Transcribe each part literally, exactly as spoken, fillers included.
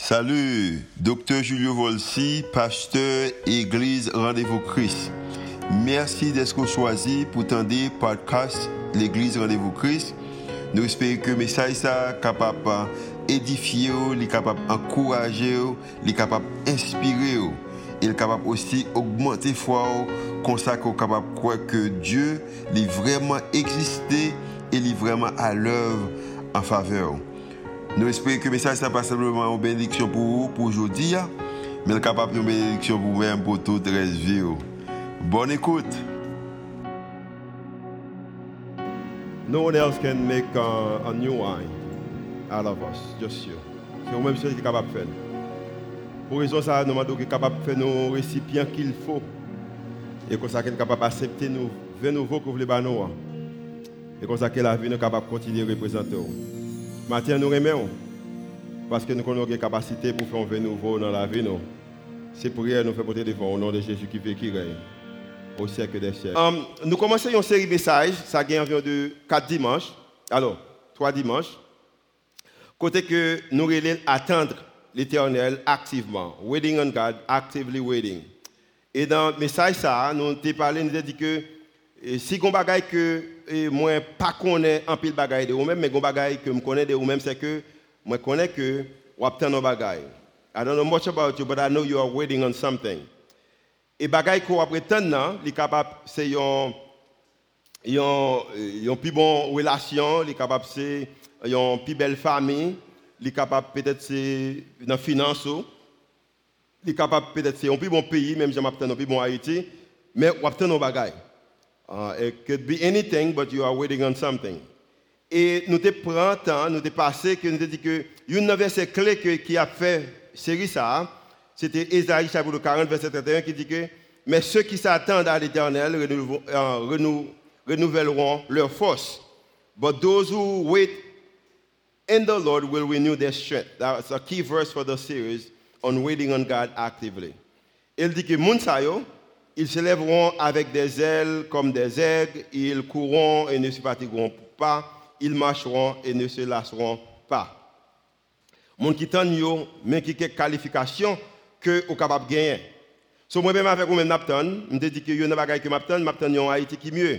Salut, docteur Julio Volsi, pasteur Église Rendez-vous Christ. Merci d'être choisi pour tendre podcast l'Église Rendez-vous Christ. Nous espérons que le message est capable d'édifier, capable d'encourager, capable d'inspirer et capable aussi d'augmenter la foi, comme ça qu'on est capable de croire que Dieu est vraiment existé et est vraiment à l'œuvre en faveur. Nous espérons que le message n'est pas simplement une bénédiction pour vous, pour aujourd'hui, mais capable de une bénédiction pour vous-même, pour toute la vie. Bonne écoute. No one else can make a, a new wine out of us, just you. C'est vous-même qui est capable de faire. Pour raison ça, nous sommes capables de faire nos récipients qu'il faut. Et comme ça, nous sommes capables d'accepter nos vins nouveaux que vous voulez nous. Et comme ça, que la vie nous est capable de continuer à représenter. Maintenant, nous remercions parce que nous avons la capacité pour faire un vin nouveau dans la vie. Nous. C'est pour rien nous faire porter devant au nom de Jésus qui vit qui règne au siècle des siècles. Um, nous commençons une série de messages, ça a environ de quatre dimanches. Alors, trois dimanches. Côté que nous relèvons attendre l'Éternel activement. Waiting on God, actively waiting. Et dans le message, ça, nous avons parlé, nous avons dit que et si on bagaille que et moi pas connais en pile bagaille de vous-même mais on bagaille que me connais de vous-même c'est que moi connais que ou attendre bagaille. I don't know much about you but I know you are waiting on something. Et bagaille qu'on après attendre li capable c'est yon yon yon plus bon relation, li capable c'est yon plus belle famille, li capable peut-être c'est dans finance, li capable peut-être c'est un plus bon pays même j'aime attendre un plus bon Haïti mais ou attendre bagaille. Uh, it could be anything, but you are waiting on something. Et nous te prenons temps, nous te passé que nous te dit que une verset clé que, qui a fait série ça, c'était Ésaïe chapitre quarante verset trente et un qui dit que mais ceux qui s'attendent à l'Éternel renou, uh, renou, renouvelleront leur force. But those who wait in the Lord will renew their strength. That's a key verse for the series on waiting on God actively. Il dit que moun sa yo ils se lèveront avec des ailes comme des aigles, ils courront et ne se fatigueront pas, ils marcheront et ne se lasseront pas. Mon qui tente yo, mais qui quelques qualifications que au capable gagner. So moi même avec moi n'attend, me dit que yo n'a pas que m'attend, m'attend en Haïti qui mieux.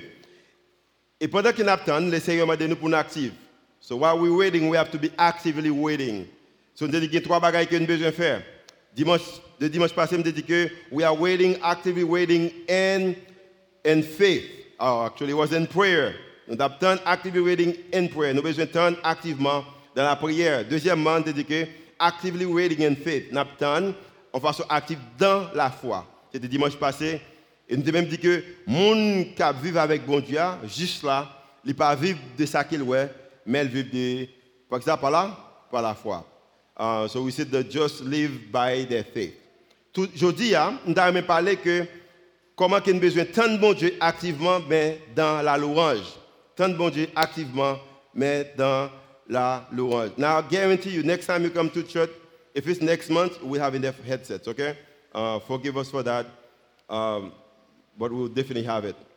Et pendant que n'attend, le Seigneur m'a donné nous pour nous active. So while we waiting, we have to be actively waiting. So on dit qu'il y a trois bagages que nous besoin faire. Dimanche Le dimanche passé, je me dit que we are waiting, actively waiting in, in faith. Oh, actually, it was in prayer. Nous avons actively waiting in prayer. Nous avons besoin d'attendre activement dans la prière. Deuxièmement, je dit que actively waiting in faith. Nous avons en façon active dans la foi. C'était dimanche passé. Et nous avons même dit que les gens qui vivent avec bon Dieu, juste là, ils ne vivent pas de ça qu'ils voient, mais ils vivent de, par exemple, par la, par la foi. Uh, so we said that just live by their faith. Aujourd'hui, nous avons parlé que comment qu'on a besoin de tant de bon Dieu activement, mais dans la louange. Tant de bon Dieu activement, mais dans la louange. Now, I guarantee you, next time you come to church, if it's next month, we have enough headsets, okay? Uh, forgive us for that, um, but we'll definitely have it.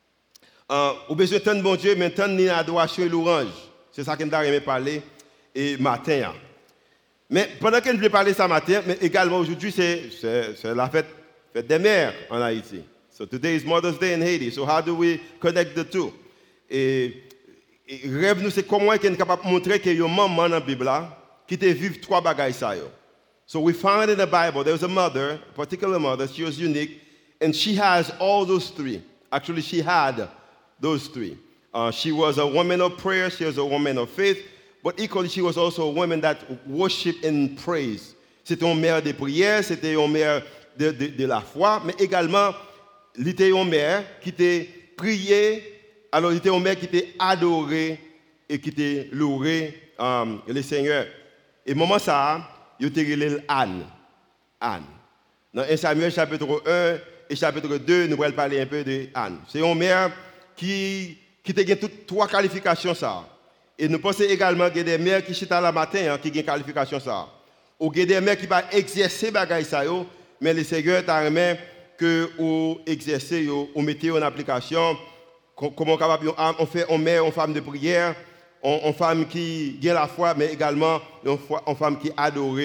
Uh, on a besoin de tant de bon Dieu, mais tant de adoration et louange. C'est ça qu'on a parlé et matin. Mais pendant que je voulais parler ça matin, mais également aujourd'hui, c'est, c'est, c'est la fête, fête des mères en Haïti. So today is Mother's Day in Haiti. So how do we connect the two? Et, et rêve nous, c'est comment on est capable de montrer qu'il y a une maman dans la Bible qui te vive trois bagailles ça. So we found in the Bible, there was a mother, a particular mother, she was unique, and she has all those three. Actually, she had those three. Uh, she was a woman of prayer, she was a woman of faith, but equally, she was also a woman that worshiped and praised. C'était une mère de prière, c'était une mère de, de, de la foi, mais également, elle était une mère qui était priée, alors elle était une mère qui était adorée et qui était louée um, le Seigneur. Et moment ça, il était relé Anne. Anne. Dans un Samuel chapitre un et chapitre deux, nous allons parler un peu de Anne. C'est une mère qui, qui a toutes trois qualifications ça. Et nous pensons également qu'il y a des mères qui sont à la matin hein, qui ont une qualification ça. Ou il y a des mères qui ne peuvent pas exercer bagaille ça yo, mais le Seigneur t'a remis que ou exercer yo, ou mettez en application comment capable on fait on mère une femme de prière, une femme qui a la foi mais également une femme qui adore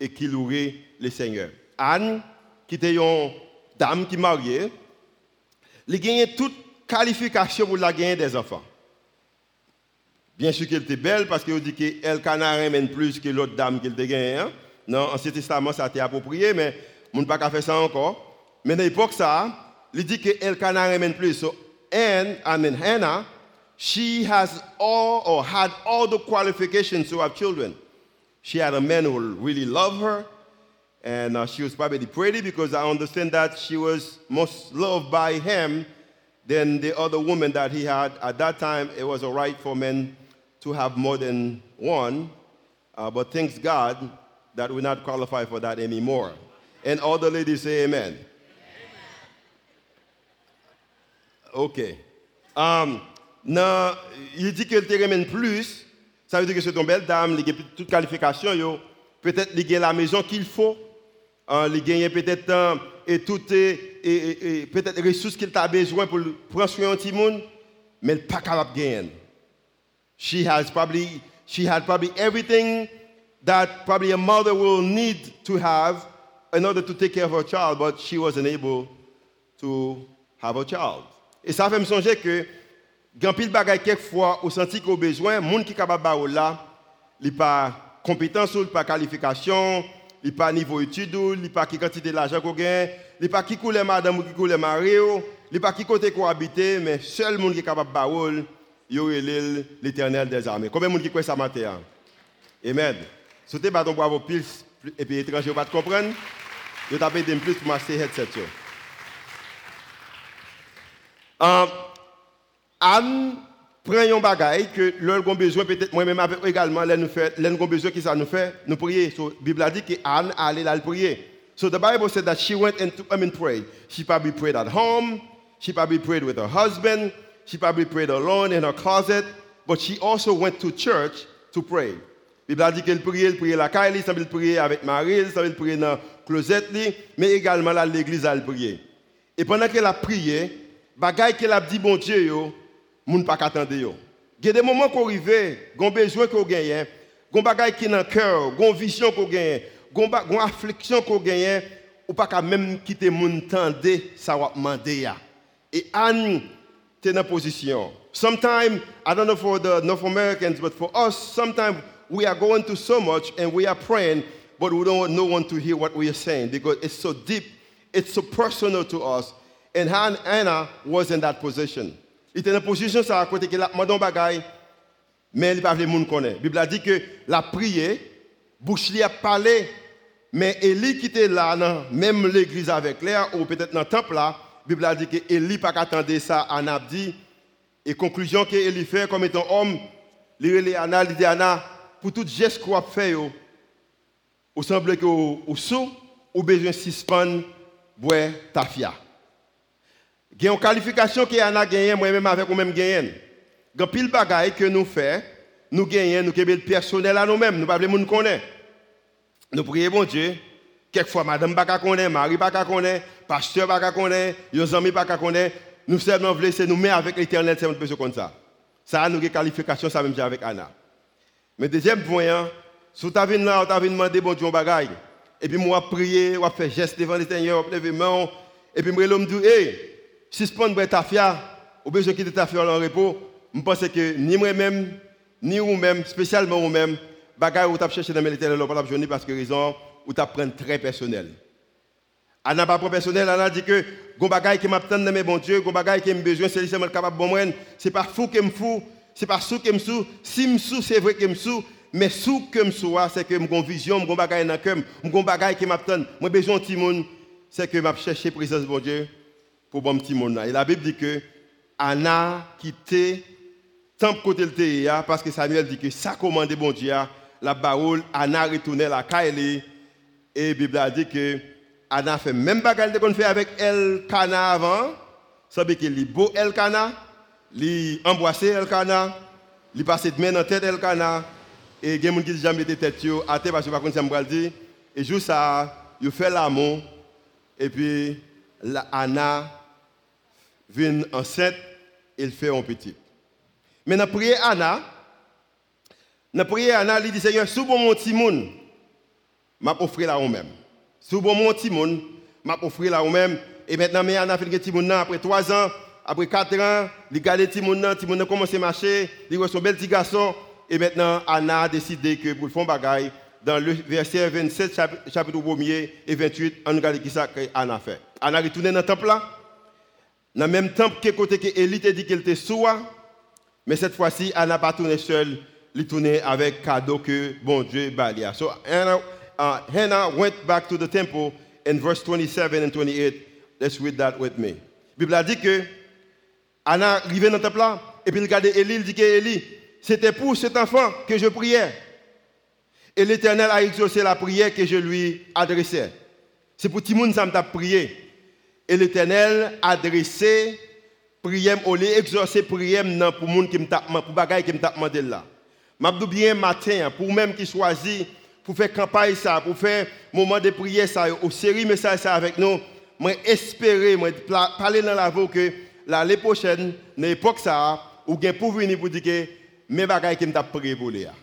et qui louerait le Seigneur. Anne, qui était une dame qui mariée, elle a gagné toute qualification pour la gagner des enfants. Bien sûr qu'elle était belle parce qu'on dit qu'elle canne plus que l'autre dame qu'elle a gagnée. Hein? Non, Ancien Testament, ça a été approprié, mais on ne peut pas faire ça encore. Mais à l'époque, ça, il dit qu'elle canne plus. So, Anne, I mean Hannah, she has all or had all the qualifications to have children. She had a man who really loved her, and uh, she was probably pretty because I understand that she was most loved by him than the other woman that he had. At that time, it was all right for men to have more than one, uh, but thanks God that we're not qualified for that anymore. And all the ladies say amen. Amen. Okay. Um, non, il dit qu'elle te ramène plus. Ça veut dire que c'est une belle dame, il a toute qualification, peut-être il a la maison qu'il faut, il a peut-être euh, et toutes et, et, et, peut-être les ressources qu'il a besoin pour prendre soin de petit monde, mais elle n'est pas capable de gagner. She has probably she had probably everything that probably a mother will need to have in order to take care of her child, but she wasn't able to have a child. Et ça fait me songer que quand pile bagay quelquefois au senti qu'on besoin monde qui capable ba là il pas compétence ou pas qualification il pas niveau étude il pas qui quantité d'argent qu'on gagne il pas qui coule madame ou qui coule mari il pas qui côté qu'on habiter mais seul monde qui capable ba yo l'Éternel des armées. Combien de monde qui croit ça matin? Amen. Soutez bâton pour avoir pile et puis étranger pas comprendre. Yo taper dem plus pour masser headset yo. Um, Anne prend un bagage que l'on a besoin peut-être moi-même avec également là nous fait l'on a besoin qui ça nous fait nous prier. So Bible a dit que Anne allait là prier. So the Bible said that she went and I mean prayed. She probably prayed at home, she probably prayed with her husband, she probably prayed alone in her closet, but she also went to church to pray. Bible a dit qu'elle priait, elle priait la caille, elle priait avec Marie, elle priait dans closet mais également là l'église elle priait. Et pendant qu'elle a prié, bagay qu'elle a dit bon Dieu yo moun pas attendre yo. Il y a des moments qu'on arrive, gon besoin qu'on gagne, gon bagay qui dans cœur, gon vision qu'on gagne, gon gon affliction qu'on gagne, ou pas qu'à même quitter moun tande ça va demander ya. Et Anne t'es dans position. Sometimes I don't know for the North Americans but for us sometimes we are going through so much and we are praying but we don't want no one to hear what we are saying because it's so deep, it's so personal to us. And Hannah was in that position. Il était dans position ça à côté que la madame bagaille mais il pas veut monde connaît. Bible a dit que la prière bouche li a parlé mais Élie qui était là dans même l'église avec Léa ou peut-être dans le temple là, Bible a dit que Élie pas attendait ça Anna dit et conclusion que Élie fait comme étant homme, il relé Anna, il dit Anna pour tout geste qu'on a fait yo ou semble que au sous ou besoin suspendre boire ta fia. Il y a une qualification que Anna gagne moi-même avec moi-même gagne. Quand pile bagaille que nous fait, nous gagnons, nous avons personnel à nous-mêmes, nous pas les monde connaît. Nous prions bon Dieu, quelquefois madame pas connaît, mari pas connaît, pasteur pas connaît, nos amis pas connaît, nous seulement voulons c'est nous mettre avec l'Éternel c'est une personne comme ça. Ça a une qualification ça même avec Anna. Mais deuxième point, si tu as venu là, tu as venu demander bon Dieu un bagaille et puis moi prier, ou faire geste devant l'Éternel, lever main et puis moi l'homme dit hey suspendre ta fia, ou besoin quitter ta fia en repos, je pense que ni moi-même, ni vous-même, spécialement vous-même, bagay ou t'as cherché dans l'Éternel, pas besoin parce que raison ou t'as prendre très personnel. Anna pas personnel, Anna dit que gon bagay qui m'attend dans mes bon Dieu, gon bagay qui me besoin, c'est seulement capable bon moi, c'est pas fou que me fou, c'est pas sou que me sou, si me sou c'est vrai que me sou, mais sou que me sou c'est que m'gon vision, m'gon bagay dans cœur, m'gon bagay qui m'attend, moi besoin petit monde, c'est que m'a chercher présence bon Dieu. Pour bon petit monde. Et la Bible dit que Anna quitté tant côté le théâtre parce que Samuel dit que ça commandé bon Dieu la baoule Anna retournait la Kaili et la Bible a dit que Anna fait même bagarre qu'on fait avec Elkana avant ça veut dire qu'il beau Elkana li embrasser Elkana li passer de main dans tête Elkana et il y a des gens qui jamais été tête yo à terre parce que par contre ça me dit et jour ça il fait l'amour et puis la Anna vient enceinte, il fait un petit. Mais dans la prière Anna, dans la prière Anna, il dit Seigneur, sous bon mon petit monde, m'a offrir là même. Si bon mon petit monde, m'a offrir là même. Et maintenant, mais Anna fait que petit monde après trois ans, après quatre ans, il garde petit monde, petit monde commence à marcher, il reçoit un bel petit garçon. Et maintenant, Anna a décidé que pour faire bagaille, dans le verset vingt-sept, chapitre premier et vingt-huit, on regarde qui ça que Anna fait. Anna est retournée dans le temple là. Dans le même temple que côté que Élie t'a dit qu'elle était sourde, mais cette fois-ci, Anna n'a pas tourné seule, elle tournait avec cadeau que bon Dieu balia. So Anna, uh, Hannah went back to the temple in verse twenty-seven and twenty-eight. Let's read that with me. La Bible a dit que Anna arrivait dans le temple là, et puis elle regardait Élie, il dit que Élie, c'était pour cet enfant que je priais. Et l'Éternel a exaucé la prière que je lui adressais. C'est pour tout le monde que je prié. Et l'Éternel a adressé prière, au lieu exaucer prière pour les gens qui me pour bagaille qui me demandé là. M'a bien matin pour même qui choisit pour faire campagne ça, pour faire moment de prière ça, au série message ça avec nous. Moi espérer, moi parler dans la voix que l'année prochaine, dans l'époque ça, ou bien pour venir pour dire que mes bagailles qui me t'a prié pour les.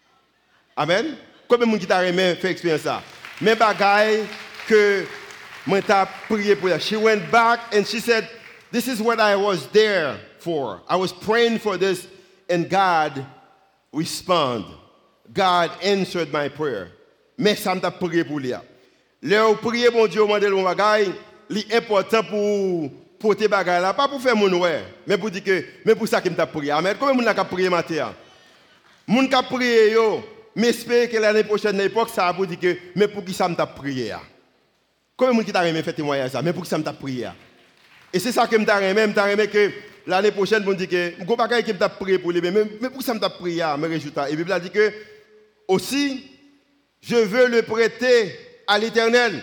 Amen. Combien de monde qui t'a aimé faire expérience ça? Mes bagailles que moi t'a prié pour les. She went back and she said, "This is what I was there for. I was praying for this and God responded. God answered my prayer." Mais ça m'a prié pour les. Leur prier bon Dieu mandé mon bagaille, c'est important pour porter bagaille là, pas pour faire mon ouais, mais pour dire que mais pour ça que m'a prié. Amen. Combien de monde a prié matin? Moun ka prié yo, mais espère que l'année prochaine l'époque ça pour dire que mais pour qui ça m'a prié. Combien de monde qui t'a aimé faire témoignage ça, mais pour qui ça m'a prié. Et c'est ça que m'a aimé, m'a aimé que l'année prochaine bon dire que go bagaille qui m'a prié pour les mais mais pour ça m'a prié mes résultats. Et la Bible a dit que aussi je veux le prêter à l'Éternel.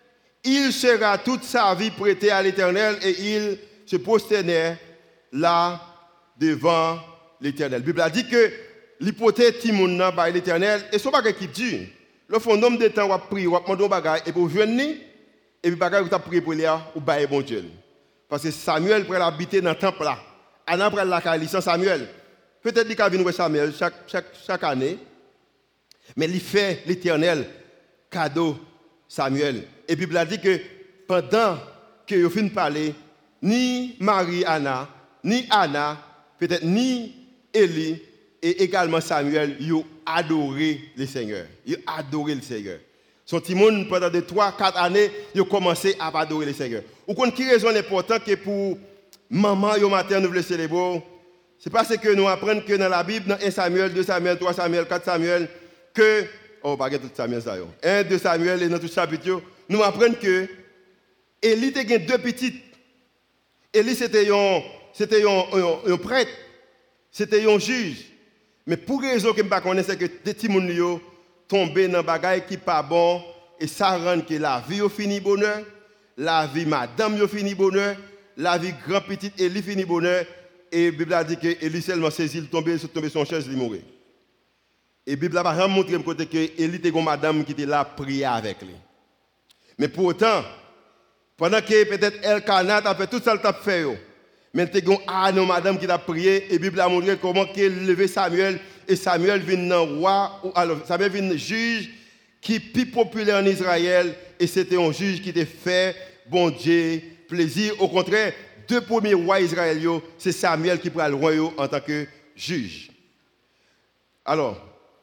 Il sera toute sa vie prêté à l'Éternel et il se prosternait là devant l'Éternel. La Bible a dit que l'hypothèse Timoun par l'Éternel et son bagage qui dit, le fond nombre de temps on prie, on demande bagage et pour venir et puis bagage on prié pour lui ou bailler bon Dieu. Parce que Samuel pourrait habiter dans le temple là. Anna prend la caille sans Samuel. Peut-être qu'il va venir Samuel chaque chaque chaque année. Mais il fait l'Éternel cadeau Samuel. Et puis, il a dit que pendant que vous finissez de parler, ni Marie-Anna, ni Anna, peut-être ni Élie, et également Samuel, ils ont adoré le Seigneur. Ils ont adoré le Seigneur. Son petit monde, pendant de trois quatre années, ils ont commencé à adorer le Seigneur. Vous connaissez qui raison importante que pour maman, au matin, nous voulons célébrer? C'est parce que nous apprenons que dans la Bible, dans un Samuel, deux Samuel, trois Samuel, quatre Samuel, que, oh, pas tout Samuel, ça, un, deux Samuel, et dans tout chapitre, nous apprenons que Élie était deux petites. Élie, c'était un, c'était un, un, un prêtre, c'était un juge. Mais pour raison que je ne connais pas, c'est que des petits gens tombés dans des bagailles qui ne sont pas bon, et ça rend que la vie finit bonheur, la vie madame finit bonheur, la vie grand-petite Élie finit bonheur, et la Bible a dit que Élie seulement saisi, il tombait, il tombait son chaise, il mourait. Et la Bible a montré que Élie était une madame qui était là prier avec lui. Mais pour autant, pendant que peut-être Elkanah a fait tout ça qu'il a fait, mais il y a une madame qui a prié, et la Bible a montré comment il levé Samuel, et Samuel vient un roi, ou alors Samuel vient un juge qui est plus populaire en Israël, et c'était un juge qui était fait, bon Dieu, plaisir. Au contraire, deux premiers rois israéliens, c'est Samuel qui prend le royaume en tant que juge. Alors,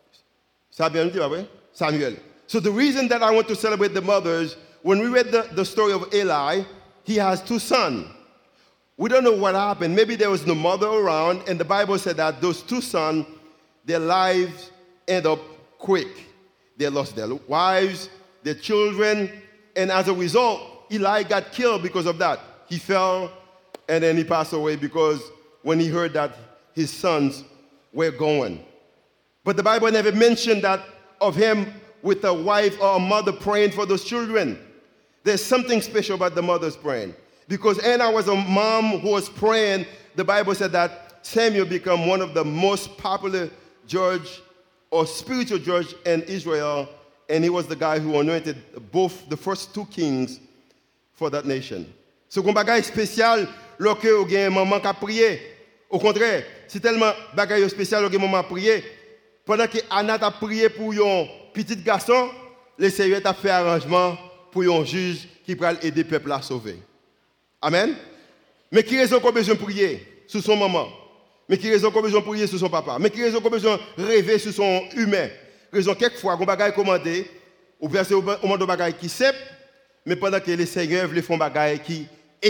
ça a bien dit, après? Samuel. So the reason that I want to celebrate the mothers, when we read the, the story of Eli, he has two sons. We don't know what happened. Maybe there was no mother around, and the Bible said that those two sons, their lives end up quick. They lost their wives, their children, and as a result, Eli got killed because of that. He fell, and then he passed away because when he heard that his sons were gone. But the Bible never mentioned that of him with a wife or a mother praying for those children. There's something special about the mother's praying. Because Anna was a mom who was praying, the Bible said that Samuel became one of the most popular judge or spiritual judge in Israel, and he was the guy who anointed both the first two kings for that nation. So, un bagage spécial, lorsque vous avez un maman qui a prié. Au contraire, c'est tellement bagage spécial lorsque maman a prié. Pendant que Anna a prié pour un petit garçon, le Seigneur a fait arrangement pour un juge qui va aider le peuple à sauver. Amen. Mais qui raison qu'on a besoin de prier sur son maman? Mais qui raison qu'on a besoin de prier sur son papa? Mais qui raison qu'on a besoin de rêver sur son humain? Raison quelquefois qu'on bagaille commandé, ou verser au monde de bagaille qui sait, mais pendant que les seigneurs veulent faire bagaille qui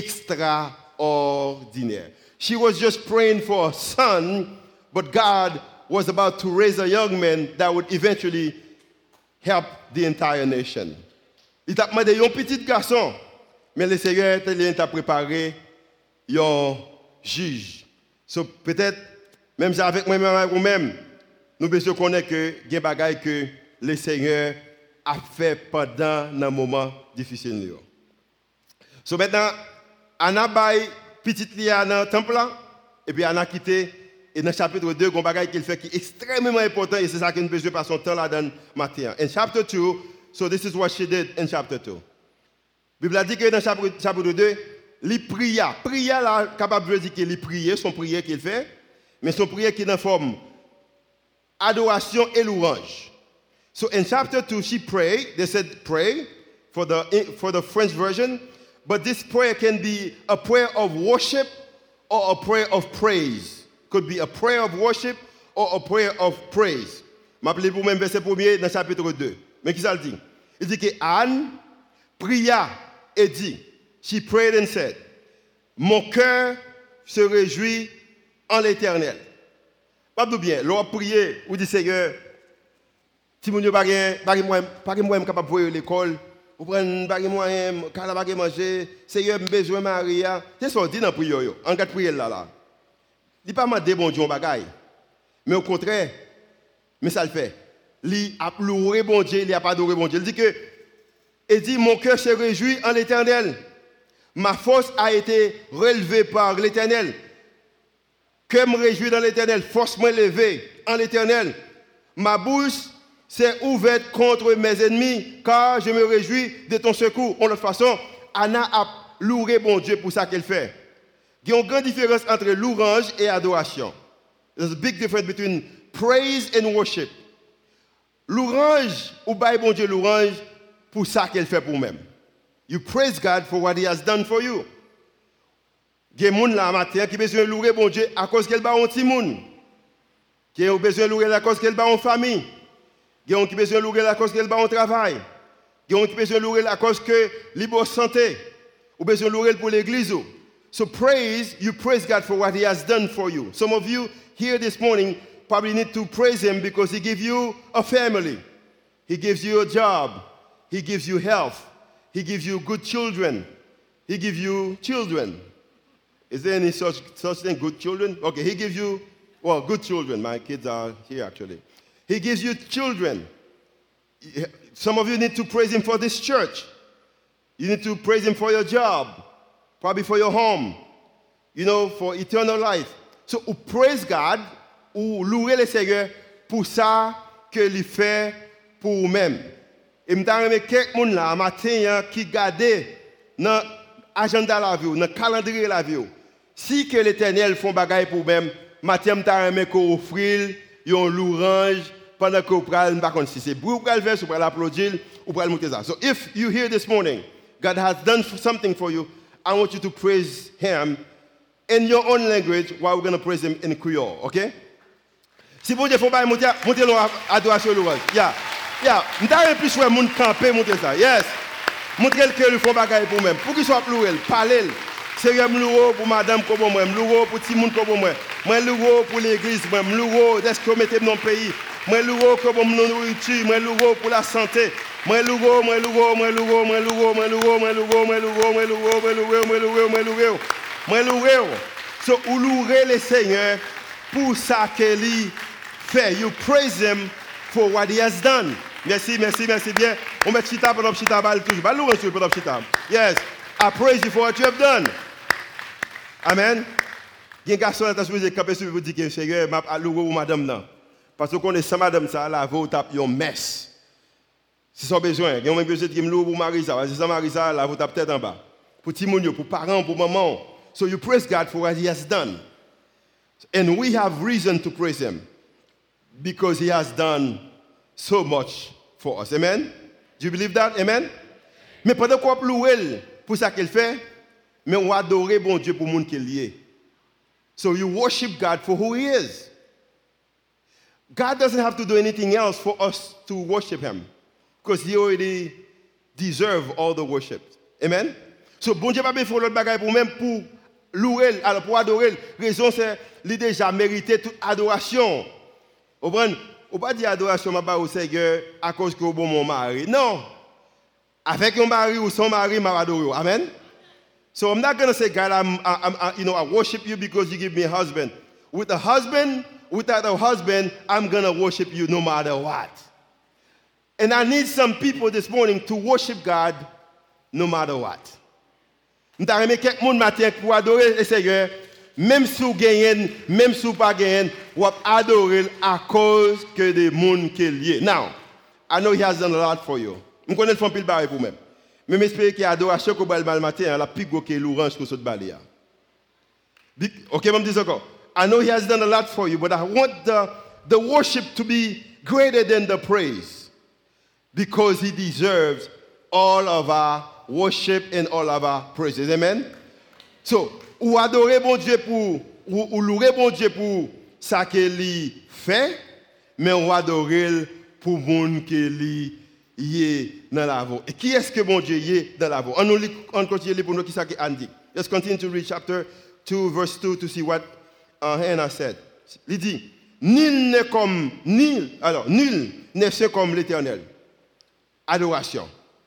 extraordinaire. She was just praying for a son, but God was about to raise a young man that would eventually help the entire nation. Il t'a demandé un petit garçon, mais le Seigneur t'a préparé un juge. So, peut-être, même avec moi-même ou même, nous devons connaître que il y a des choses que le Seigneur a fait pendant un moment difficile. So maintenant, Anna baille petite lia dans le temple et puis Anna quitté et dans le chapitre deux, il y a un bagage qu'il fait qui est extrêmement important et c'est ça que nous besoin passer son temps là-dedans matin. In chapter two, so this is what she did in chapter two. La Bible a dit que dans le chapitre, chapitre deux, il pria. Prière là, capable de dire qu'il priait, son prière qu'il fait, mais son prière qui est dans forme adoration et louange. So in chapter two, she prayed. They said pray for the for the French version, but this prayer can be a prayer of worship or a prayer of praise. Could be a prayer of worship or a prayer of praise. M'appelez pour même verset premier dans chapitre deux. Mais qui ça le dit? Il dit que Anne pria et dit, she prayed and said, mon cœur se réjouit en l'Éternel. Pas de bien, l'on prié ou dit Seigneur, si mon Dieu pas pas moi pas moi capable de voir l'école, ou prendre pas moyen, cala pas manger, Seigneur besoin Maria, c'est ça dit dans prière yo. En quatre prière là là. Il pas demander bon Dieu bagaille. Mais au contraire, mais ça le fait. Il a loué bon Dieu, il a pas adoré bon Dieu. Il dit que il dit mon cœur se réjouit en l'Éternel. Ma force a été relevée par l'Éternel. Que me réjouis dans l'Éternel, force moi levée en l'Éternel. Ma bouche s'est ouverte contre mes ennemis, car je me réjouis de ton secours. En l'autre façon, Anna a loué bon Dieu pour ça qu'elle fait. Il y a une grande différence entre louange et adoration. There's a big difference between praise and worship. Louange, ou bail bon Dieu louange pour ça qu'elle fait pour même. You praise God for what he has done for you. Il y a des gens là matin qui ont besoin de louer bon Dieu à cause qu'elle bat un petit monde. Qui ont besoin de louer à cause qu'elle bat une famille. Il y a des gens qui ont besoin de louer à cause qu'elle bat un travail. Il y a des gens qui ont besoin de louer à cause que libre santé. Ou besoin de louer pour l'église. So praise, you praise God for what he has done for you. Some of you here this morning probably need to praise him because he gives you a family. He gives you a job. He gives you health. He gives you good children. He gives you children. Is there any such, such thing, good children? Okay, he gives you, well, good children. My kids are here, actually. He gives you children. Some of you need to praise him for this church. You need to praise him for your job, probably for your home, you know, for eternal life. So, ou praise God, ou louer le Seigneur pour ça que il fait pour vous-même. Et je me quelqu'un là, matin, qui garde dans l'agenda la vie, dans le calendrier la vie. Si que l'Éternel font bagaille pour même, matin m'ta remet ko offrir yon louange pendant que vous pral pas si c'est pour pral faire, pour l'applaudir ou pour monter ça. So if you hear this morning, God has done something for you, I want you to praise him in your own language while we're going to praise him in Creole, okay? Si vous Dieu faut pas monter monter l'adoration louange. Yeah. Yeah, m'ta plus ouais moun camper monter ça. Yes. Montrer que le font bagaille pour même. Pour qu'il soit louer, parler. Seigneur m'louo pour madame comme moi, m'louo pour petit monde comme moi. Moi louo pour l'église, moi m'louo d'est-ce que mettez dans pays. Moi louo comme mon nourriture, moi louo pour la santé. Moi louo, moi louo, moi louo, moi louo, moi louo, moi louo, moi louo, moi louo, moi louo, moi louo, moi louo. Moi louo. So ou louer le Seigneur pour ça qu'il fait. You praise him for what he has done. Merci, merci, merci bien. On met chita pendant chita bal toujours. Bal louange pendant chita. Yes. I praise you for what you have done. Amen. Il y a un garçon qui a supposé camper sur vous dire que Seigneur m'a loué ou madame là. Parce qu'on est sans madame ça là, vous tapez une messe. Si son besoin, il y a un besoin de me louer pour Marie ça, si ça Marie ça là, vous tapez tête en bas. Pour Timonio, pour parents, pour maman. So you praise God for what he has done. And we have reason to praise him because he has done so much for us. Amen. Do you believe that? Amen? Mais pendant qu'on loue pour ça qu'il fait, mais on adore bon Dieu pour le monde qu'il est. So you worship God for who He is. God doesn't have to do anything else for us to worship Him, because He already deserves all the worship. Amen? So bon Dieu pas besoin faire l'autre bagaille pour même pour louer, alors pour adorer. La raison c'est qu'il a déjà mérité toute adoration. Vous comprenez? On ne peut pas dire adoration au Seigneur à cause que bon mon mari. Non. Avec un mari ou son mari, je adore. Amen. So I'm not going to say, God, I'm, I'm, I'm, you know, I worship you because you give me a husband. With a husband, without a husband, I'm going to worship you no matter what. And I need some people this morning to worship God no matter what. Je vais quelqu'un matin pour adorer le Seigneur, même si vous gagnez, même si vous pas gagnez, vous adorer à cause que des monde qui est lié. Now, I know He has done a lot for you. Je connais le fond pile barre pour même. Mais j'espère que l'adoration que vous avez le matin, la plus grosse que l'orange que vous avez. OK, je me dis encore. I know He has done a lot for you, but I want the, the worship to be greater than the praise, because He deserves all of our worship and all of our praises. Amen? So, ou adorer bon Dieu pour, ou, ou louer bon Dieu pour ça qu'il fait, mais ou adorer pour monde qu'il y est dans la voie. Et qui est-ce que bon Dieu y est dans la voie? On, nous, on continue pour nous qui ça qui indique. Let's continue to read chapter two, verse two, to see what uh, Hannah said. Il dit, nul n'est comme, nul, alors, nul n'est ce comme l'Éternel. Adoration.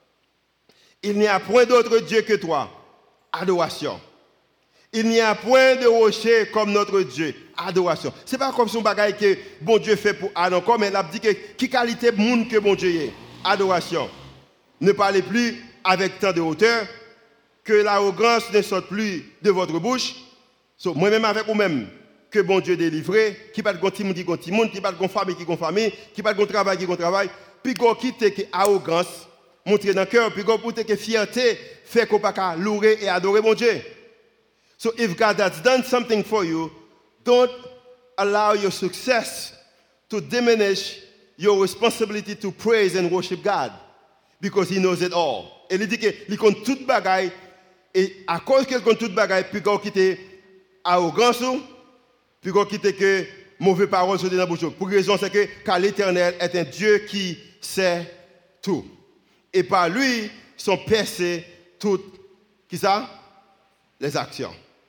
Il n'y a point d'autre Dieu que toi. Adoration. Il n'y a point de rocher comme notre Dieu. Adoration. Ce n'est pas comme son bagage que bon Dieu fait pour Adam, mais il a dit que qui qualité de monde que bon Dieu est. Adoration. Ne parlez plus avec tant de hauteur, que l'arrogance ne sorte plus de votre bouche. So, moi-même avec vous-même, que bon Dieu délivré, qui pas de petit monde qui gonti monde, qui pas de famille qui gon famille, qui pas de travail qui gon travail, puis qu'on quitte que arrogance montrer dans le cœur, puis qu'on quitte que fierté fait qu'on pas louer et adorer bon Dieu. So if God has done something for you, don't allow your success to diminish your responsibility to praise and worship God, because He knows it all. Et il dit que il compte toute bagaille, et à cause qu'il compte toute bagaille, puis qu'on quitte arrogance, puis qu'on quitte que mauvaises paroles sont dans la bouche. Pour raison c'est que car l'Éternel est un Dieu qui sait tout. Et par lui sont percées toutes qui ça? Les actions.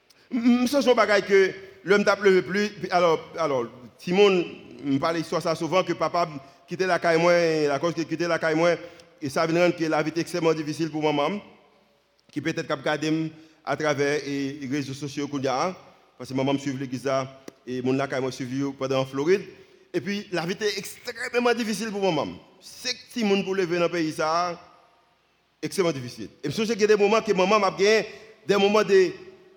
Ce sont des bagailles que l'homme t'a pleuré plus. Alors, alors Simon me parle de ça souvent, que papa quittait la caille moins, la cause qu'il quittait la caille moins, et ça veut dire que la vie est extrêmement difficile pour maman, qui peut-être cap garder à travers les réseaux sociaux qu'on a, parce que maman me suit l'église et mon la caille m'a suivi pendant en Floride. Et puis la vie est extrêmement difficile pour maman. C'est que Simon pour lever dans le pays ça, extrêmement difficile. Et je me souviens qu'il y a des moments que maman m'a gagné, des moments de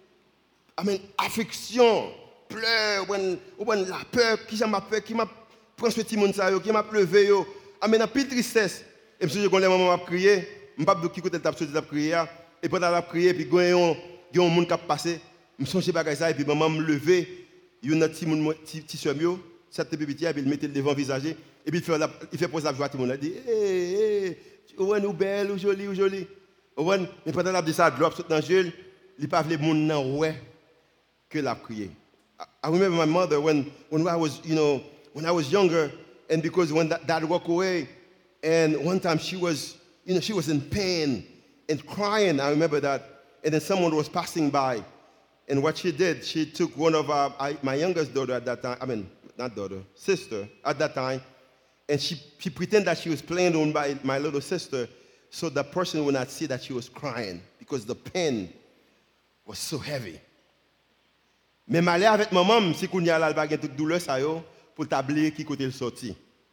I mean, affliction, pleurs, ou bien la peur, qui m'a peur, qui m'a pris ce petit monde, qui m'a pleuvé, I mean, la pire tristesse. Et je me souviens que les moments m'a prié, je ne sais pas de qui côté de la prié, et pendant la prière, puis il y a un monde qui a passé, je me souviens de ça, et puis maman me levé, il y a un petit monde, petit soeur, cette petite et puis il mettait le devant visage, et puis il fait, il fait poser la joie, tout le monde, il dit, hé, hé, ou est belle, ou jolie, ou jolie. Mais pendant la ça, drop dans le jeu, il n'y a pas de monde dans ouais que la prière. I remember my mother when, when I was, you know, when I was younger, and because when that, dad walked away, and one time she was, you know, she was in pain and crying. I remember that. And then someone was passing by, and what she did, she took one of our, I, my youngest daughter at that time, I mean, not daughter, sister at that time, and she, she pretended that she was playing on by my little sister, so the person would not see that she was crying because the pain was so heavy. Mais malé avec maman, si qu'on y a là, il y a toute douleur ça yo pour t'abler qui côté le sorti.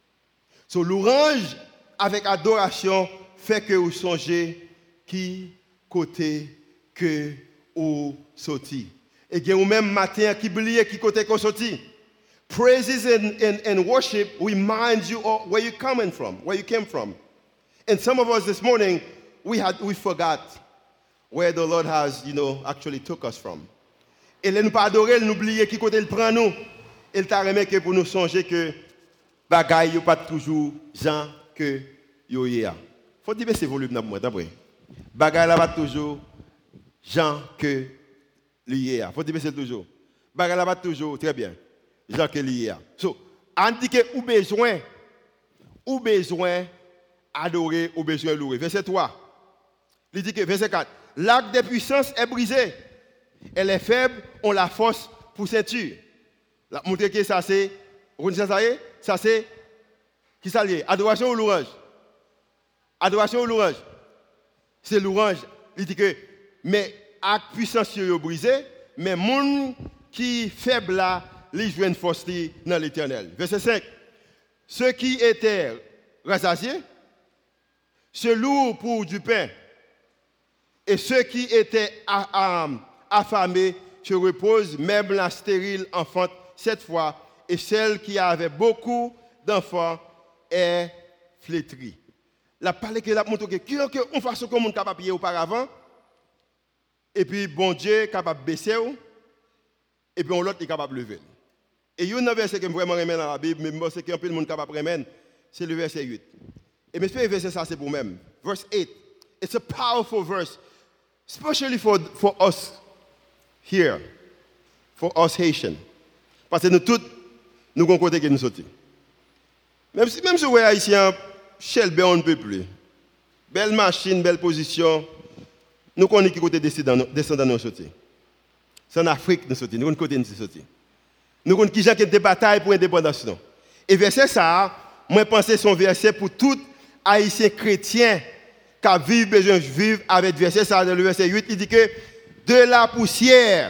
So l'orange avec adoration fait que vous songez qui côté que vous sorti. Et que vous même matin qui oubliez qui côté qu'on sorti. Praises and, and, and worship remind you of where you're coming from, where you came from. And some of us this morning, we had we forgot where the Lord has, you know, actually took us from. Et là, nous pas adorer, nous oublier qui côté il prend nous. Il t'a remis que pour nous songer que bagaille yo pas toujours gens que yo y a. faut dire que c'est volume dans moi d'après. Bagay là va toujours Jean que lié a. Faut dire que c'est toujours. Bagay là va toujours très bien. Jean que lié a. So, on dit que ou besoin ou besoin adorer ou besoin louer. Verset trois. Il dit que verset quatre, l'arc des puissances est brisé. Et les faibles ont la force pour ceinture. La montrer que ça c'est ça c'est qui ça lié? Adoration ou louange? Adoration ou louange? C'est louange. Il dit que mais avec puissance est brisé, mais monde qui faible là, ils jouent une force dans l'Éternel. Verset cinq. Ceux qui étaient rassasiés se louent pour du pain. Et ceux qui étaient affamés se reposent, même la stérile enfante cette fois, et celle qui avait beaucoup d'enfants est flétrie. La parole que la montre que qui on façon comme on capable payer auparavant, et puis bon Dieu capable baisser, et puis on l'autre est capable lever. Et il y a un verset que je vraiment remène dans la Bible, mais je sais qu'un peu de monde capable remène, c'est le verset huit. Et mais ce verset ça c'est pour même. Verse eight. It's a powerful verse, especially for for us here, for us Haitians. Parce que nous tous nous avons côté que nous sortis. Même si même si vous haïtien Shelby on ne peut plus. Belle machine, belle position. Nous connaissons qui côté descendant descendant nous sortis. C'est en Afrique nous sortis, nous connaissons côté nous sortis. Nous connaissons qui gens qui des batailles pour l'indépendance. Et verset ça, moi penser son verset pour tout haïtien chrétien qui vivent besoin de vivre avec verset ça dans le verset huit, il dit que de la poussière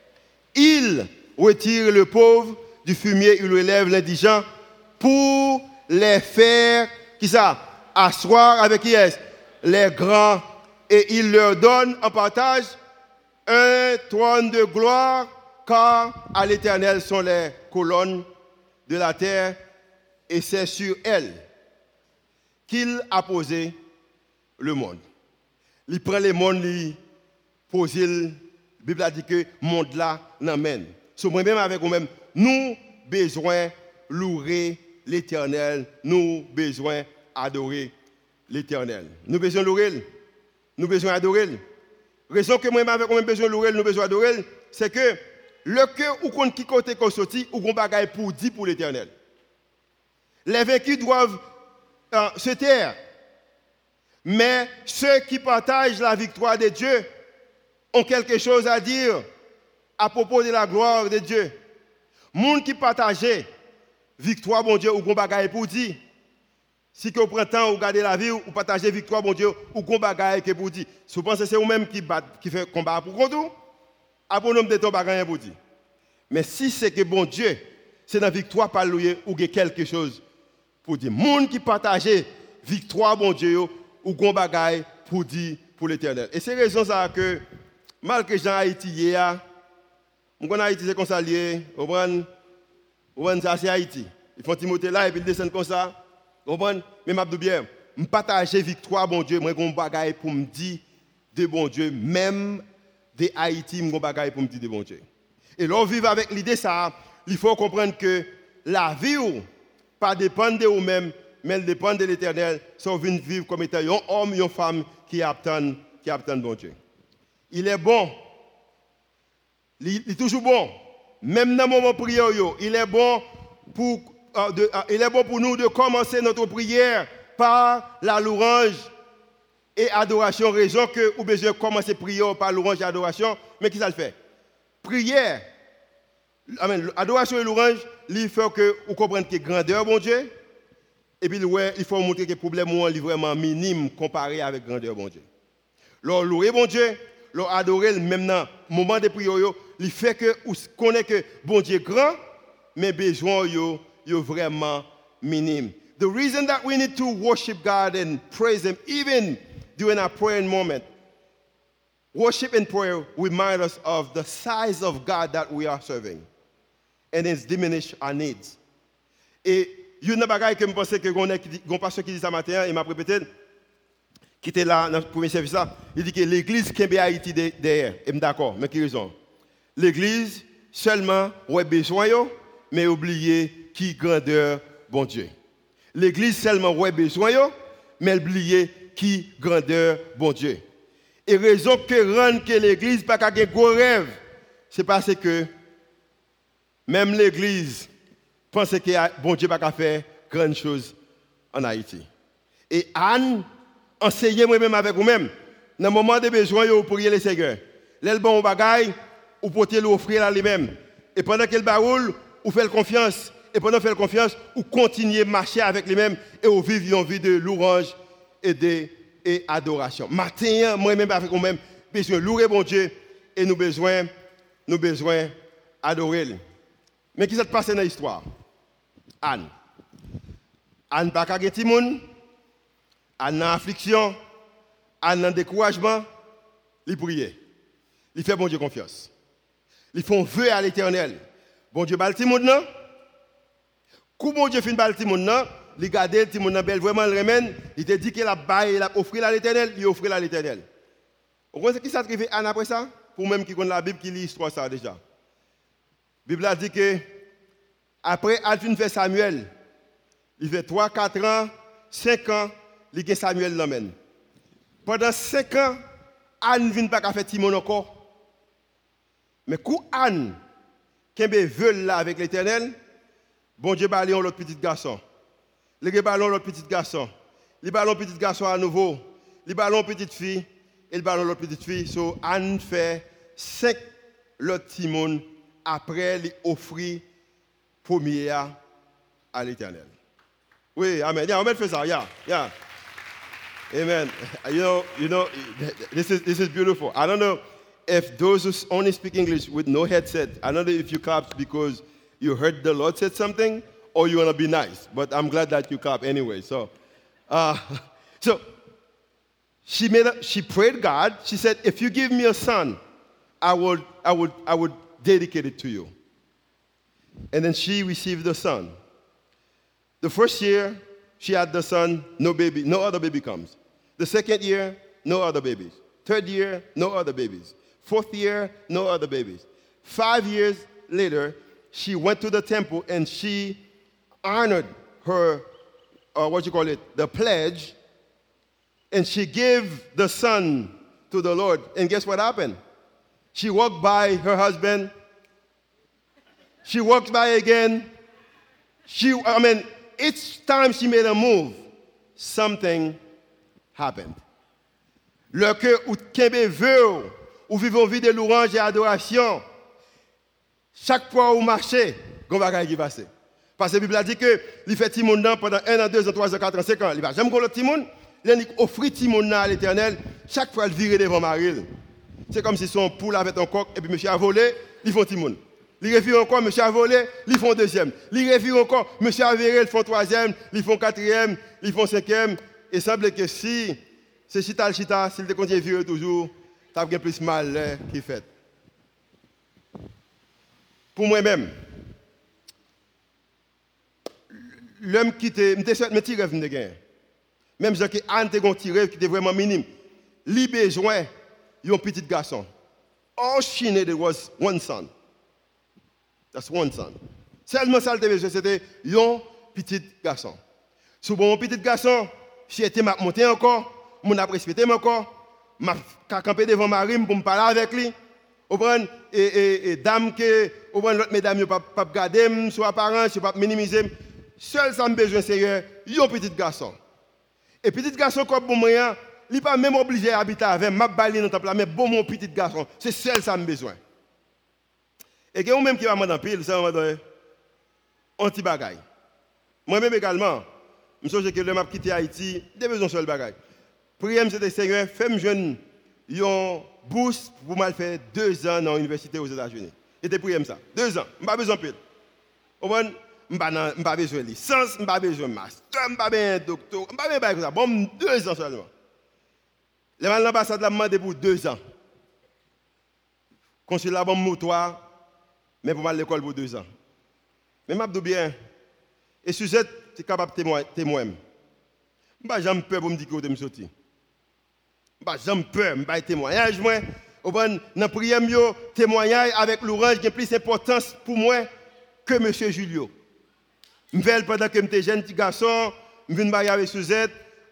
il retire le pauvre du fumier, il relève l'indigent pour les faire qui ça asseoir avec qui est les grands et il leur donne en partage un trône de gloire car à l'Éternel sont les colonnes de la terre et c'est sur elles qu'il a posé le monde. Il prend le monde, il pose, la Bible a dit que le monde là n'amène. So, moi-même avec vous-même, nous besoin louer l'Éternel, nous besoin adorer l'Éternel. Nous besoin louer, nous besoin adorer. Raison que moi-même avec vous-même besoin louer, nous besoin adorer, c'est que le cœur ou qu'on qui côté qu'on sorti ou qu'on bagaille pour dire pour l'Éternel. Les vaincus doivent euh, se taire. Mais ceux qui partagent la victoire de Dieu ont quelque chose à dire à propos de la gloire de Dieu. Monde qui partage victoire bon Dieu ou qu'on bagaille pour dire. Si vous prenez temps ou garder la vie ou partager victoire bon Dieu ou qu'on bagaille pour dire. Si vous pensez que c'est vous-même qui bat qui fait combat pour contre, après nom de ton bagaille pour dire. Mais si c'est que bon Dieu, c'est dans victoire par louer ou quelque chose pour dire. Monde qui partage victoire bon Dieu ou qu'on bagaille pour dire pour l'Éternel. Et c'est raison ça que malgré Jean Haïti hier, on connaît Haïti c'est comme ça lié, on prend ça c'est Haïti. Ils font Timothée là et puis ils descendent comme ça. On prend mais m'a dit bien, me partager victoire bon Dieu, moi qu'on bagaille pour me dire de bon Dieu, même de Haïti, mon bagaille pour me dire de bon Dieu. Et là on vit avec l'idée ça, il faut comprendre que la vie ou pas dépend de vous-même, mais elle dépend de l'Éternel, si on vient vivre comme étant un homme, une femme qui attend, qui attend bon Dieu. Il est bon, il est toujours bon, même dans le moment de prière, il est bon pour, euh, de, euh, il est bon pour nous de commencer notre prière par la louange et adoration, raison que nous besoin de commencer la prière par louange et adoration, mais qui ça le fait? Prière, amen, adoration et louange, il faut que vous compreniez que grandeur, bon Dieu. Et puis, ouais, il faut montrer que le problème est vraiment minime comparé avec la grandeur, bon Dieu. Leur louer, bon Dieu, leur adorer, même dans le moment de prière, il fait que vous connaissez que bon Dieu est grand, mais besoin est vraiment minime. The reason that we need to worship God and praise Him, even during our praying moment, worship and prayer remind us of the size of God that we are serving, and it's diminish our needs. Et il y a une bagaille que je pense que un pasteur qui dit ça matin, il m'a répété, qui était là dans le premier service là, il dit que l'église qui est Haïti derrière, et je suis d'accord, mais qui raison? L'église seulement a besoin, mais oublier qui grandeur bon Dieu. L'église seulement a besoin, mais oublier qui grandeur bon Dieu. Et raison que rend que l'église pas qu'à un gros rêve, c'est parce que même l'église pense que bon Dieu pas qu'à faire grande chose en Haïti. Et Anne enseignez moi-même avec vous-même dans le moment de besoin vous priez le Seigneur. L'elle bon bagaille ou porter l'offrir à lui-même. Et pendant qu'elle baroule, ou fait confiance et pendant faire confiance, ou continuer à marcher avec lui-même et ou vivre une vie de louange et de et adoration. Matin, moi-même avec vous-même, besoin louer bon Dieu et nous besoin nous besoin adorer. Mais qui s'est passé dans l'histoire? Anne. Anne pas qu'à gagner monde, Anne en affliction, Anne en découragement, il priait. Il fait bon Dieu confiance. Ils font vœu à l'Éternel. Bon Dieu bal ti moun nan. Kou bon Dieu fin bal ti moun nan, li gade ti moun nan bel vraiment le remène, il te dit qu'il a bail, il a offert à l'Éternel, il offre à l'Éternel. Vous connaissez qui ça arrivé Anne après ça? Pour même qui connaît la Bible qui lit l'histoire ça déjà. La Bible a dit que après Alvin fait Samuel, il fait trois, quatre ans, cinq ans, il a Samuel l'emmène. Pendant cinq ans, Anne vient pas faire Timon encore. Mais quand Anne, qui veut là avec l'Éternel, bon Dieu ballon l'autre petit garçon. Il ballon l'autre petit garçon. Il ballon petit garçon à nouveau. Il ballon petite fille. Et il ballon l'autre petite fille. So Anne fait cinq l'autre Timon après lui offrir premier à l'Éternel. Oui, amen. Yeah, on va faire ça. Yeah, yeah. Amen. You know, you know, this is this is beautiful. I don't know if those who only speak English with no headset, I don't know if you clap because you heard the Lord said something or you want to be nice. But I'm glad that you clap anyway. So, uh, so she made a, she prayed God. She said, "If you give me a son, I would I would I would dedicate it to you." And then she received the son. The first year, she had the son, no baby, no other baby comes. The second year, no other babies. Third year, no other babies. Fourth year, no other babies. Five years later, she went to the temple and she honored her, uh, what you call it, the pledge, and she gave the son to the Lord. And guess what happened? She walked by her husband. She walked by again. She, I mean, each time she made a move, something happened. Le que ou kembe veut, ou vivons vie de louange et adoration, chaque fois où vous marchez, il y a des qui passe. Parce que la Bible a dit que il fait Timon pendant un an, deux ans, trois ans, quatre ans, cinq ans. Il va jamais le Timon, il offre Timon à l'Éternel, chaque fois il vire devant Marie. C'est comme si son poule avait un coq et puis monsieur a volé, il font Timon. Il revient encore, monsieur a volé, ils font deuxième. Il revient encore, monsieur a viré, ils font troisième, ils font quatrième, ils font cinquième. Et il semble que si c'est chita chita, s'il continue à virer toujours, ça a bien plus mal qu'il fait. Pour moi-même, l'homme qui était, je me petit rêve de gagner. Même si Anne était un petit rêve qui était vraiment minime. Il besoin d'un petit garçon. All she needed was one son. That's one son. Seulement ça, c'était un petit garçon. Si bon petit garçon, si était monté encore, mon a respecté encore, m'a campé devant Marie pour me parler avec lui. Au prendre et et et dame que au prendre l'autre mesdames pas pas garder sur apparence, pas minimiser. Seul ça me besoin sérieux, un petit garçon. Et petit garçon comme bon moyen, il pas même obligé à habiter avec m'a balé dans temple mais bon mon petit garçon, c'est seul ça me besoin. Et que vous-même qui va m'en pile, ça va donner un petit bagaille. Moi-même également, je me que le m'a quitté Haïti, j'ai besoin de seul bagaille. Prière, c'était Seigneur, fais-moi jeune, une bourse pour mal faire deux ans dans l'université aux États-Unis. Et t'es prière ça, deux ans, je n'ai pas besoin de pile. Au moins, je n'ai pas besoin de licence, je n'ai pas besoin de master, je n'ai pas besoin de docteur, je n'ai pas besoin de ça. Bon, deux ans seulement. L'ambassade l'a demandé pour deux ans. Consulat bon moutoir. Mais pour aller à l'école pour deux ans. Mais je dis bien, et Suzette, tu es capable de témoigner. Je n'ai jamais peur pour me dire que je suis sorti. Je n'ai jamais peur, je n'ai témoignage. Dans la prière, témoignage avec l'orange qui a plus d'importance pour moi que M. Julio. Je vais pendant que j'étais jeune petit garçon, je viens de marier avec Suzette,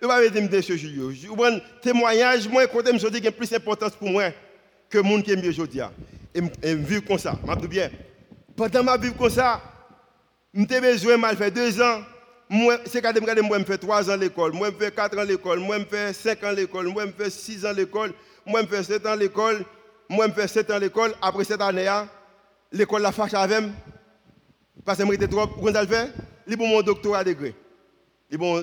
Je ne vais pas dire monsieur Julio. Je prends témoignage, moi, côté me dis qu'il y a plus d'importance pour moi que le monde qui aime bien aujourd'hui. Et me vivre comme ça. Je dis bien. Pendant ma vie comme ça, j'ai besoin de faire deux ans. Moi, c'est quand je moi, je fais trois ans à l'école, moi, je fais quatre ans à l'école, moi, je fais cinq ans à l'école, moi, je fais six ans à l'école, moi, je fais sept ans à l'école, moi, je fais sept ans à l'école. Après cette année, l'école la fâche avec moi. Parce que je suis trop. Vous avez fait? Il y a mon doctorat à degré. Il y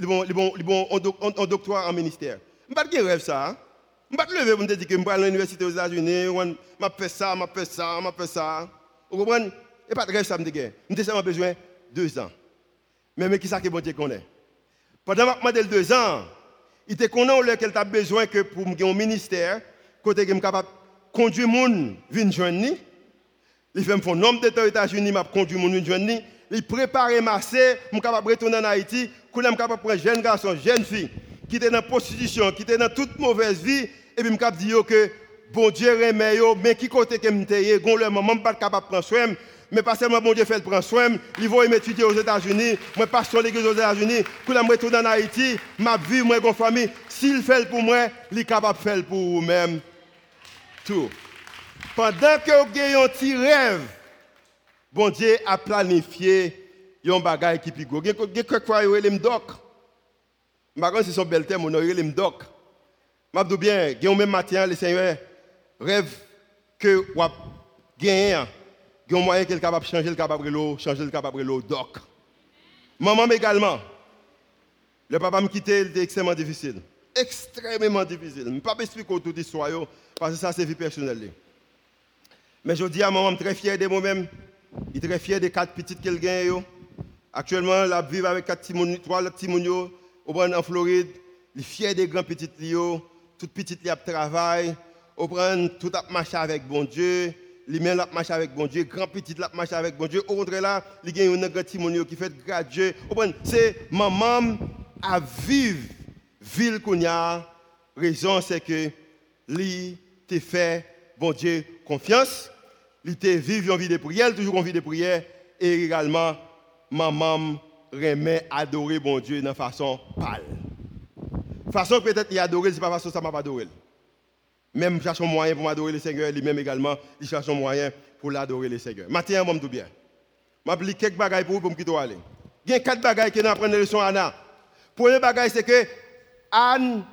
a un doctorat en ministère. Je ne rêve ça. Je ne vais pas lever pour me dire que je vais à l'université aux États-Unis, je fais ça, je fais ça, je fais ça. Vous comprenez? Il n'y a pas de rêve ça. Je dis seulement besoin de deux ans. Mais qui est-ce que bon Dieu connaît? Pendant que je demandé deux ans, il te connaît qu'il a besoin que pour me un ministère, côté que je suis capable de conduire les gens vers joindre. Il fait un nombre d'États aux États-Unis, je conduire les gens vers joindre. Il prépare massé, je suis capable de retourner en Haïti, je suis capable de prendre jeune garçon, jeune fille, qui était dans la prostitution, qui était dans toute mauvaise vie, et puis je suis capable de dire que bon Dieu remet, mais qui côté que je suis, je ne suis pas capable de prendre soin. Mais pas seulement bon Dieu fait le prendre soin, il va m'étudier aux États-Unis, moi pasteur l'église aux États-Unis, quand je retourne en Haïti, ma vie, moi, ma famille, s'il fait le pour moi, il est capable de faire le pour vous-même. Tout. Pendant que vous avez un petit rêve, bon Dieu a planifié un bagage qui pique. Il y a quelquefois, il y a les m'doc. Je ne sais pas si c'est un bel terme, il y a les m'doc. Je dis bien, il y a un même matin, le Seigneur rêve que vous gagnez. Il y a un moyen qu'il est capable de changer le capable de l'eau, changer le capable de l'eau, doc. Maman également. Le papa me quittait, il était extrêmement difficile. Extrêmement difficile. Je ne peux pas expliquer toute l'histoire, parce que ça, c'est vie personnelle. Mais je dis à maman, je suis très fier de moi-même. Il est très fier des quatre petites qu'elle gagne. Actuellement, elle vit avec quatre petits, trois petits mounios en Floride. Il est fier des grands petits lios. Toutes petites lios travaillent. Au prend tout à marcher avec bon Dieu. Il met la marche avec bon Dieu, grand petit la marche avec bon Dieu. Au contraire là, il y a un grand timonio qui fait graduer. C'est maman à vivre ville qu'on y a. Raison c'est que lui te fait bon Dieu confiance. Il te vivre une vie de prière, toujours une vie de prière et également maman remet adorer bon Dieu de façon pâle. Façon peut-être il adorer, c'est pas façon ça m'a pas adoré. Même cherche un moyen pour m'adorer le Seigneur, lui-même également, il cherche un moyen pour l'adorer le Seigneur. Maintenant, je vais tout bien. Je vais appliquer quelques bagages pour vous pour me quitter aller. Il y a quatre bagages qui nous apprennent la leçon Anna. Le premier bagage, c'est que Anne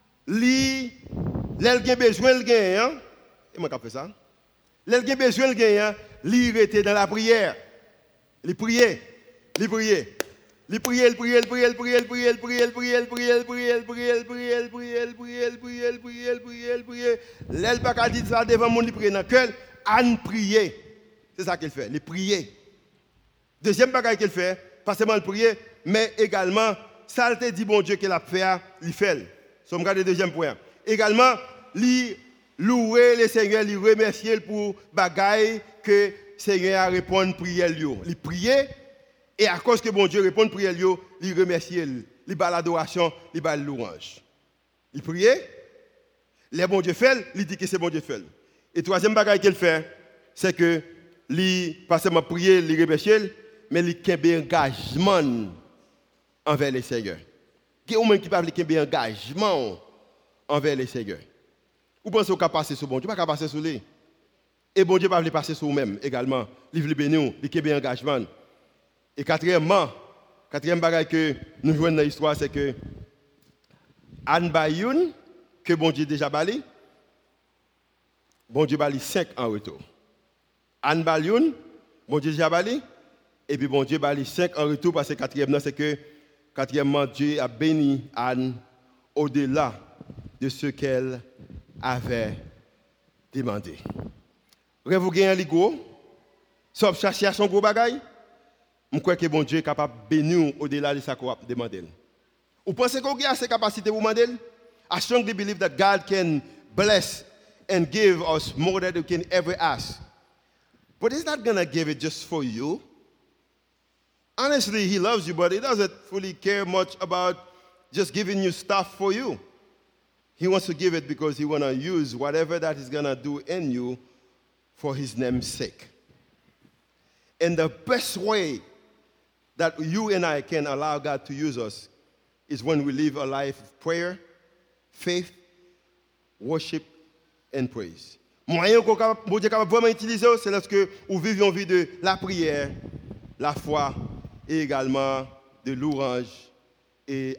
lit, elle a besoin de gagner. Et moi, je fais ça. Elle a besoin de gagner, elle était dans la prière. Elle priait, elle priait. Il priait, il priait, il priait, il priait, il priait, il priait, il priait, il priait, il priait, il priait, il priait, il priait, il priait, il priait, il priait, il priait, il priait. L'elle pas qu'à dire ça devant mon, il priait dans le cœur. Anne priait. C'est ça qu'elle fait, il priait. Deuxième bagage qu'elle fait, pas seulement le prier, mais également, ça elle te dit bon Dieu qu'elle a fait, il fait. C'est le deuxième point. Également, il louer le Seigneur, il remercier pour bagaille que le Seigneur a répondu prière. Il priait. Et à cause que bon Dieu répond à la prière, il remercie, il bat l'adoration, il bat la louange. Il priait, les bon Dieu fait, il dit que c'est bon Dieu fait. Et troisième bagage qu'il fait, c'est que il pas seulement prier, il remercie, mais il a un engagement envers le Seigneur. Il y a des gens qui parlent de un engagement envers le Seigneur. Vous pensez qu'on peut passer sur bon Dieu, pas qu'à passer sur lui. Et bon Dieu ne peut pas passer sur vous-même également. Il veut bénir, il a un engagement. Et quatrièmement, quatrième bagage que nous jouons dans l'histoire, c'est que Anne Bayoun, que bon Dieu déjà bali, bon Dieu bali cinq en retour. Anne Bayoun, bon Dieu déjà bali, et puis bon Dieu bali cinq en retour parce que quatrièmement, c'est que quatrièmement, Dieu a béni Anne au-delà de ce qu'elle avait demandé. Vous gagnez un gros, sauf chercher à son gros bagage. Je crois que bon Dieu est capable de bénir au-delà de ce qu'on a demandé. Vous pensez qu'on a cette capacité pour demander? I strongly believe that God can bless and give us more than we can ever ask. But He's not going to give it just for you. Honestly, He loves you, but He doesn't fully care much about just giving you stuff for you. He wants to give it because He wants to use whatever that He's going to do in you for His name's sake. And the best way that you and I can allow God to use us is when we live a life of prayer, faith, worship, and praise. Moyen que bon Dieu capable vraiment utiliser, c'est lorsque nous vivons une vie de la prière, la foi et également de louange et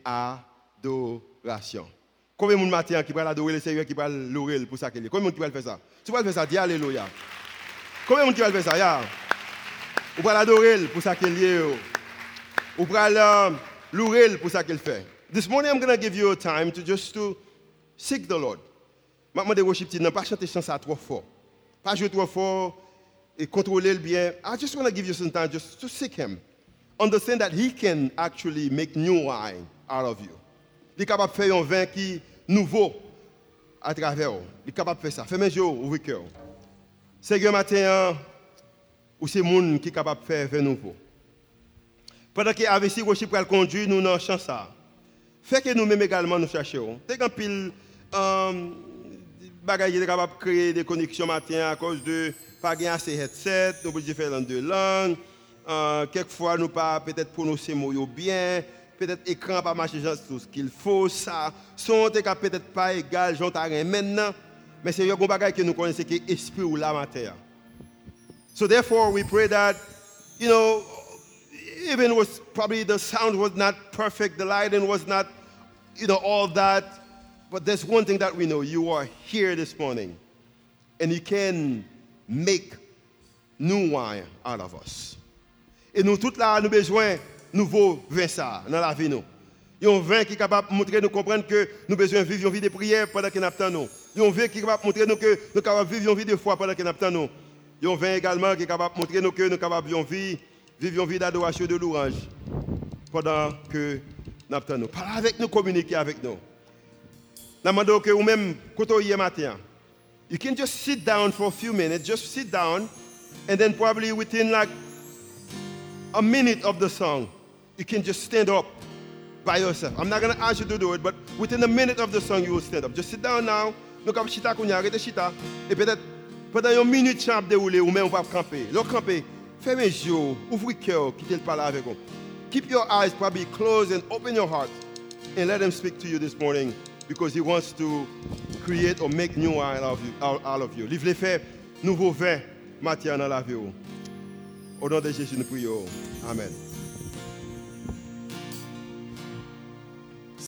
adoration. Combien de monde matin qui va adorer le Seigneur, qui va louer pour ça qu'il est? Combien de monde qui va faire ça? Tu vas faire ça, dis alléluia. Combien de monde qui va faire ça? Ya? Ou va l'adorer pour ça qu'il est? Ou va louer pour ça qu'il fait? This morning I'm going to give you a time to just to seek the Lord. Maintenant, de worship team, pas chanter chanson trop fort, pas jouer trop fort et contrôler le bien. I just want to give you some time just to seek Him. Understand that He can actually make new wine out of you. Il est capable de faire un vin qui est nouveau à travers vous. Il est capable de faire ça. Fais-moi jour, ouvrez cœur. Seigneur, matin, ou c'est monde qui est capable de faire un vin nouveau. Pendant que A V C worship va conduire nous dans chant ça. Fait que nous-mêmes également nous cherchons. T'es qu'un pile um, bagaille est capable de créer des connexions matin à cause de pas gagner assez headset, nous pouvons faire dans deux langues. Euh, quelquefois nous pas peut-être prononcer mots bien, peut-être écran pas marcher tout ce qu'il faut ça. Son est peut-être pas égal j'en ta maintenant, mais c'est un bagage que nous connaissons qui est esprit ou la matière. So therefore we pray that you know even was probably the sound was not perfect, the lighting was not you know all that. But there's one thing that we know. You are here this morning. And you can make new wine out of us. Et nous, tous là, nous avons besoin de nouveau vin ça dans la vie. Nous. Il y a un vin qui est capable de montrer, nous comprendre que nous avons besoin de vivre une vie de prière pendant que nous attendons. Il y a un vin qui est capable de montrer nous que nous sommes capables de vivre une vie de foi pendant que nous attendons. Il y a un vin également qui est capable de montrer nous que nous sommes capables de vivre une vie d'adoration et de louange pendant que nous attendons. Parlez avec nous, communiquez avec nous. Ou même matin, you can just sit down for a few minutes, just sit down, and then probably within like a minute of the song, you can just stand up by yourself. I'm not going to ask you to do it, but within a minute of the song, you will stand up. Just sit down now. Nous comme chita kounya, arrêtez chita, et peut-être pendant une minute champ déroulé ou même on va camper. Le camper, fermez les yeux, ouvrez le cœur, quittez le parler avec vous. Keep your eyes probably closed and open your heart, and let Him speak to you this morning. Because He wants to create or make new wine out of you. Out, out of you. Livre les faits, nouveau vin, matin dans la vie. Au nom de Jésus, nous prions. Amen.